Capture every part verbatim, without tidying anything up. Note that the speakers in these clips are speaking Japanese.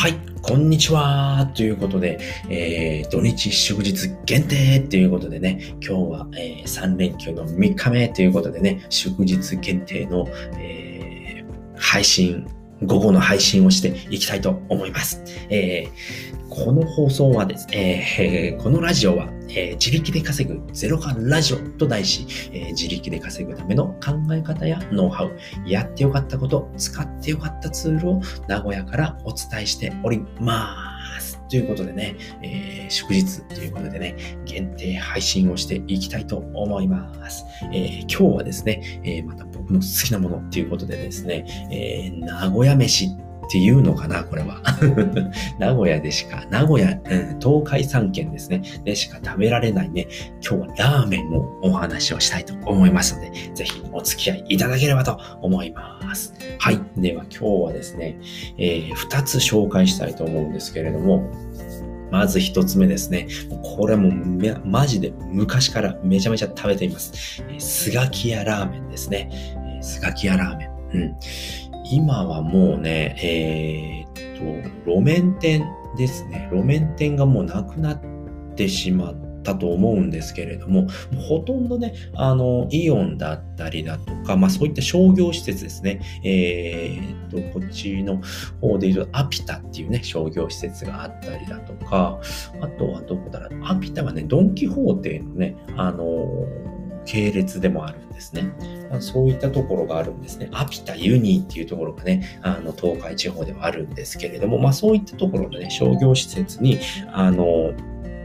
はい、こんにちはということで、えー、土日祝日限定ということでね、今日は、えー、さん連休のみっかめということでね、祝日限定の、えー、配信、午後の配信をしていきたいと思います。えーこの放送はですね、えー、このラジオは、えー、自力で稼ぐゼロ感ラジオと題し、えー、自力で稼ぐための考え方やノウハウ、やってよかったこと、使ってよかったツールを名古屋からお伝えしております。ということでね、えー、祝日ということでね、限定配信をしていきたいと思います。えー、今日はですね、えー、また僕の好きなものっていうことでですね、えー、名古屋飯っていうのかなこれは。名古屋でしか、名古屋、うん、東海さん県ですね。でしか食べられないね。今日はラーメンのお話をしたいと思いますので、ぜひお付き合いいただければと思います。はい。では今日はですね、えー、ふたつ紹介したいと思うんですけれども、まず一つ目ですね。これもめマジで昔からめちゃめちゃ食べています。えー、スガキヤラーメンですね。えー、スガキヤラーメン。うん。今はもうね、えー、っと、路面店ですね。路面店がもうなくなってしまったと思うんですけれども、ほとんどね、あの、イオンだったりだとか、まあそういった商業施設ですね。えー、っと、こっちの方で言うと、アピタっていうね、商業施設があったりだとか、あとはどこだろう、アピタはね、ドンキホーテのね、あの、系列でもあるんですね。そういったところがあるんですね。アピタユニーっていうところがね、あの、東海地方ではあるんですけれども、まあそういったところのね、商業施設に、あの、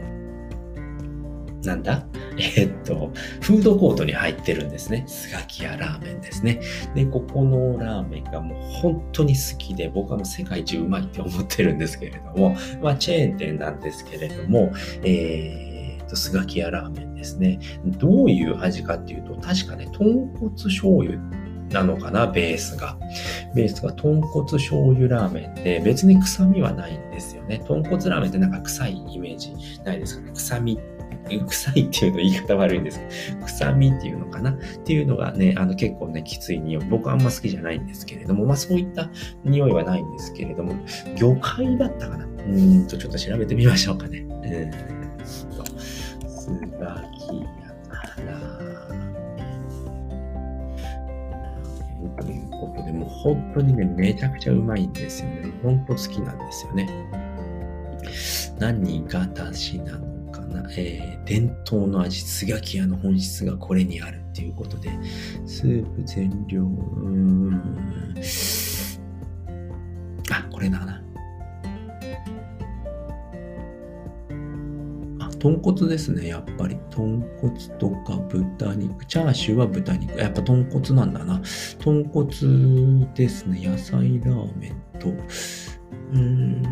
なんだえー、っと、フードコートに入ってるんですね。スガキヤラーメンですね。で、ここのラーメンがもう本当に好きで、僕はもう世界一うまいって思ってるんですけれども、まあチェーン店なんですけれども、えースガキヤラーメンですね。どういう味かっていうと、確かね、豚骨醤油なのかな、ベースが。ベースが豚骨醤油ラーメンで、別に臭みはないんですよね。豚骨ラーメンってなんか臭いイメージないですかね。臭み、臭いっていうの言い方悪いんですけど、臭みっていうのかなっていうのがね、あの結構ね、きつい匂い。僕はあんま好きじゃないんですけれども、まあそういった匂いはないんですけれども、魚介だったかな。うーんと、ちょっと調べてみましょうかね。うんスガキヤラーメンということで、もう本当にね、めちゃくちゃうまいんですよね。本当好きなんですよね。何が出しなのかな、えー、伝統の味、スガキヤの本質がこれにあるっていうことで、スープ全量、うーん、あ、これだな。豚骨ですね、やっぱり。豚骨とか豚肉。チャーシューは豚肉。やっぱ豚骨なんだな。豚骨ですね。野菜ラーメンと、うーん、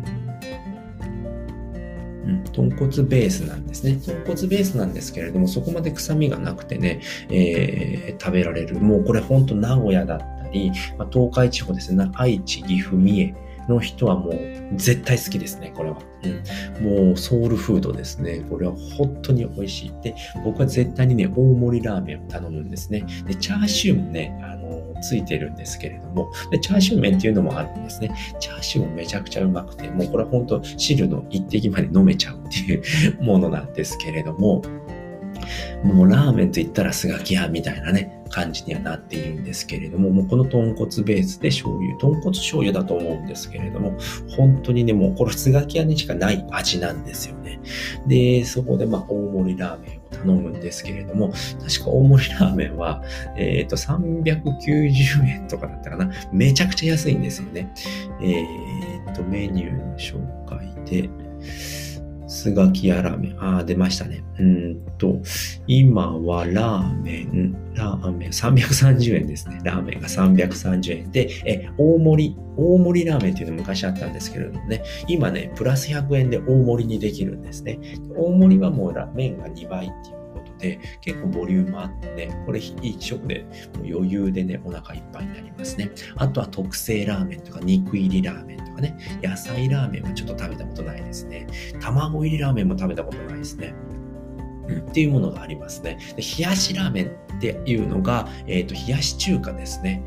うん、豚骨ベースなんですね。豚骨ベースなんですけれども、そこまで臭みがなくてね、えー、食べられる。もうこれほんと名古屋だったり、まあ、東海地方ですね。愛知、岐阜、三重の人はもう絶対好きですね、これは。うん、もうソウルフードですね。これは本当に美味しい。で、僕は絶対にね、大盛りラーメンを頼むんですね。で、チャーシューもね、あの、ついてるんですけれども、で、チャーシュー麺っていうのもあるんですね。チャーシューもめちゃくちゃうまくて、もうこれは本当汁の一滴まで飲めちゃうっていうものなんですけれども、もうラーメンと言ったらスガキヤみたいなね、感じにはなっているんですけれども、もうこの豚骨ベースで醤油、豚骨醤油だと思うんですけれども、本当にね、もうこれスガキヤにしかない味なんですよね。で、そこでまあ大盛りラーメンを頼むんですけれども、確か大盛りラーメンは、えっと、さんびゃくきゅうじゅうえんとかだったかな。めちゃくちゃ安いんですよね。えっと、メニューの紹介で、スガキヤラーメン。ああ、出ましたね。うーんと、今はラーメン、ラーメンさんびゃくさんじゅうえんですね。ラーメンがさんびゃくさんじゅうえんで、え、大盛り、大盛りラーメンっていうの昔あったんですけれどもね、今ね、プラスひゃくえんで大盛りにできるんですね。大盛りはもう麺がにばいっていうことで、結構ボリュームあってね、これいい食でもう余裕でね、お腹いっぱいになりますね。あとは特製ラーメンとか肉入りラーメンとかね、野菜ラーメンはちょっと食べたことないですね。卵入りラーメンも食べたことないですね。うん、っていうものがありますね。で、冷やしラーメンっていうのが、えっと、冷やし中華ですね。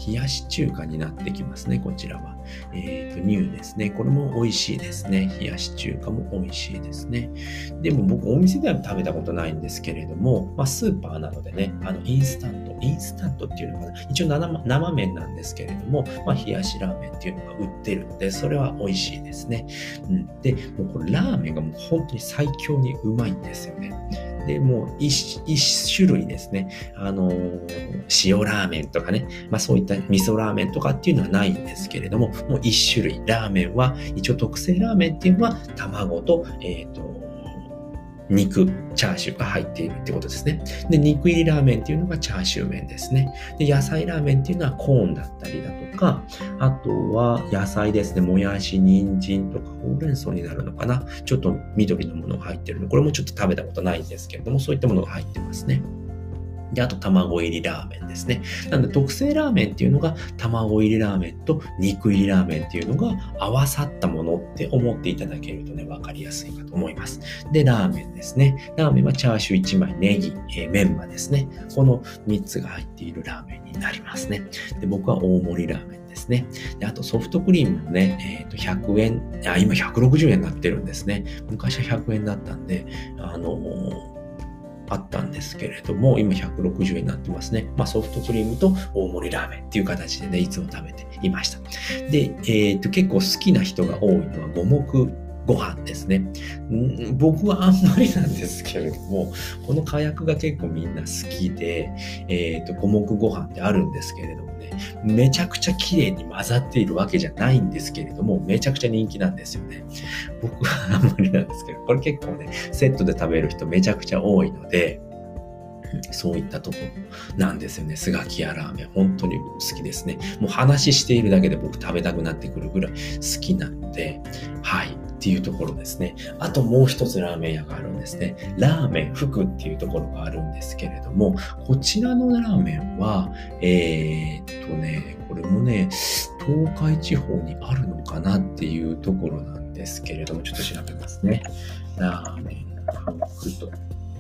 冷やし中華になってきますね、こちらは。えっと、ニューですね。これも美味しいですね。冷やし中華も美味しいですね。でも僕、お店では食べたことないんですけれども、まあ、スーパーなどでね、あの、インスタント、インスタントっていうのかな。一応生、生麺なんですけれども、まあ、冷やしラーメンっていうのが売ってるので、それは美味しいですね。うん。で、もうこれラーメンがもう本当に最強にうまいんですよね。で、もう一、一種類ですね。あのー、塩ラーメンとかね、まあそういった味噌ラーメンとかっていうのはないんですけれども、もう一種類。ラーメンは、一応特製ラーメンっていうのは卵と、えっと、肉、チャーシューが入っているってことですね。で、肉入りラーメンっていうのがチャーシュー麺ですね。で、野菜ラーメンっていうのはコーンだったりだとか、あとは野菜ですね。もやし、人参とかほうれん草になるのかな。ちょっと緑のものが入ってるの。これもちょっと食べたことないんですけれども、そういったものが入ってますね。で、あと卵入りラーメンですね。なので特製ラーメンっていうのが卵入りラーメンと肉入りラーメンっていうのが合わさったものって思っていただけるとね、わかりやすいかと思います。で、ラーメンですね。ラーメンはチャーシューいちまい、ネギ、えー、メンマですね。このみっつが入っているラーメンになりますね。で、僕は大盛りラーメンですね。で、あとソフトクリームもね、えっと、ひゃくえん、あ、今ひゃくろくじゅうえんになってるんですね。昔はひゃくえんだったんで、あのーあったんですけれども、今ひゃくろくじゅうえんになってますね。まあソフトクリームと大盛りラーメンっていう形でね、いつも食べていました。で、えっと、結構好きな人が多いのは五目ご飯ですね。ん僕はあんまりなんですけれども、この火薬が結構みんな好きで、えっと、五目ご飯ってあるんですけれどもね、めちゃくちゃ綺麗に混ざっているわけじゃないんですけれども、めちゃくちゃ人気なんですよね。僕はあんまりなんですけど、これ結構ね、セットで食べる人めちゃくちゃ多いので、そういったところなんですよね。スガキヤラーメン。本当に好きですね。もう話しているだけで僕食べたくなってくるぐらい好きなので、はい。っていうところですね。あともう一つラーメン屋があるんですね。ラーメン福っていうところがあるんですけれども、こちらのラーメンは、えー、っとね、これもね、東海地方にあるのかなっていうところなんですけれども、ちょっと調べますね。ラーメン福と。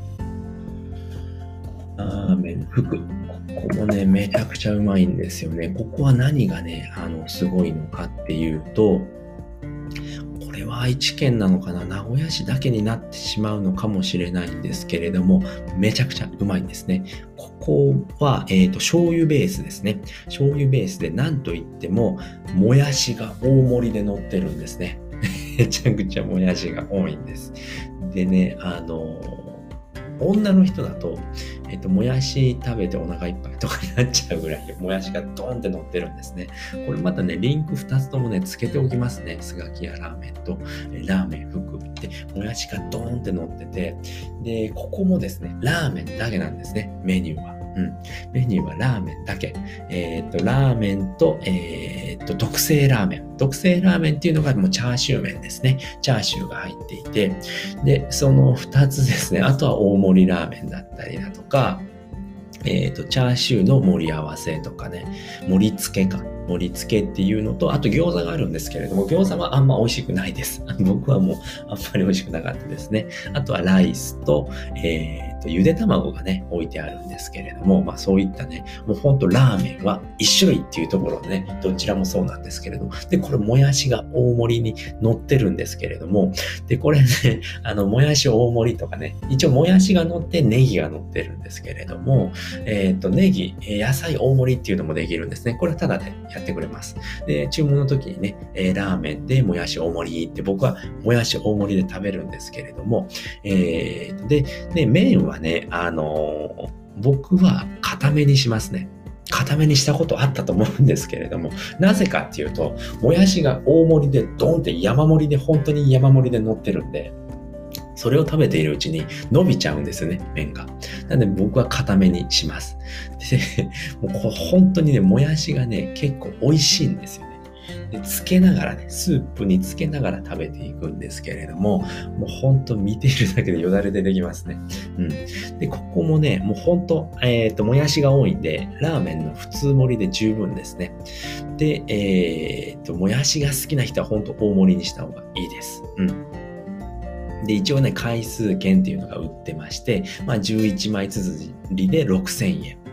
ラーメン福。ここもね、めちゃくちゃうまいんですよね。ここは何がね、あの、すごいのかっていうと、これは愛知県なのかな、名古屋市だけになってしまうのかもしれないんですけれども、めちゃくちゃうまいんですね。ここは、えっと、醤油ベースですね。醤油ベースで何と言っても、もやしが大盛りで乗ってるんですね。めちゃくちゃもやしが多いんです。でね、あの、女の人だと、えっと、もやし食べてお腹いっぱいとかになっちゃうぐらい、もやしがドーンって乗ってるんですね。これまたね、リンクふたつともね、つけておきますね。スガキヤラーメンと、ラーメン福で、もやしがドーンって乗ってて、で、ここもですね、ラーメンだけなんですね、メニューは。うん。メニューはラーメンだけ。えっと、ラーメンと、えっと、特製ラーメン。特製ラーメンっていうのがもうチャーシュー麺ですね。チャーシューが入っていて、で、そのふたつですね。あとは大盛りラーメンだったりだとか、えっと、チャーシューの盛り合わせとかね、盛り付けか。盛り付けっていうのと、あと餃子があるんですけれども、餃子はあんま美味しくないです。僕はもうあんまり美味しくなかったですね。あとはライスと、えー、と、ゆで卵がね、置いてあるんですけれども、まあそういったね、もうほんとラーメンは一種類っていうところでね、どちらもそうなんですけれども、で、これもやしが大盛りに乗ってるんですけれども、で、これね、あの、もやし大盛りとかね、一応もやしが乗ってネギが乗ってるんですけれども、えっと、ネギ、野菜大盛りっていうのもできるんですね。これはただでやってくれます。で、注文の時にね、えー、ラーメンでもやし大盛りって僕はもやし大盛りで食べるんですけれども、えー、で、ね、麺はね、あのー、僕は固めにしますね。固めにしたことあったと思うんですけれども、なぜかっていうと、もやしが大盛りでドンって山盛りで本当に山盛りで乗ってるんで、それを食べているうちに伸びちゃうんですよね、麺が。なので僕は固めにします。で、もう本当にね、もやしがね、結構美味しいんですよね。で、つけながらね、スープにつけながら食べていくんですけれども、もう本当見ているだけでよだれ出てきますね。うん。で、ここもね、もう本当、えっと、もやしが多いんで、ラーメンの普通盛りで十分ですね。で、えっと、もやしが好きな人は本当大盛りにした方がいいです。うん。で、一応ね、回数券っていうのが売ってまして、まあ、じゅういちまい綴りでろくせんえん。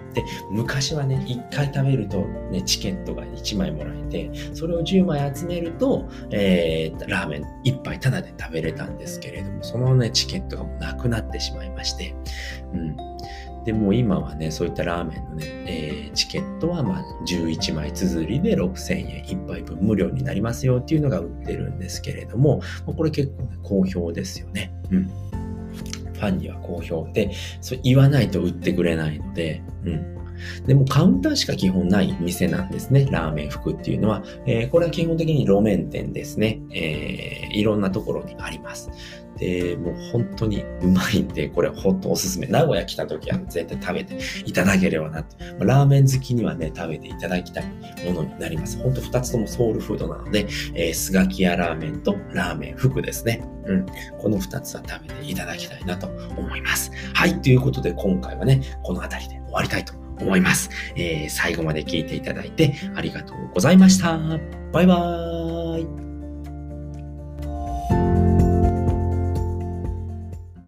で、昔はね、いっかい食べるとね、チケットがいちまいもらえて、それをじゅうまい集めると、えー、ラーメンいっぱいタダで食べれたんですけれども、そのね、チケットがもうなくなってしまいまして、うん。でも今はね、そういったラーメンのね、えー、チケットはまあじゅういちまい綴りでろくせんえん、いっぱいぶん無料になりますよっていうのが売ってるんですけれども、これ結構ね、好評ですよね。うん。ファンには好評で、それ言わないと売ってくれないので、うん。でもカウンターしか基本ない店なんですね。ラーメン福っていうのは。えー、これは基本的に路面店ですね。えー、いろんなところにあります。で、もう本当にうまいんで、これほんとおすすめ。名古屋来た時は絶対食べていただければなと。ラーメン好きにはね、食べていただきたいものになります。本当二つともソウルフードなので、えー、スガキヤラーメンとラーメン福ですね。うん。この二つは食べていただきたいなと思います。はい。ということで今回はね、この辺りで終わりたいと思います。えー、最後まで聞いていただいてありがとうございました。バイバーイ。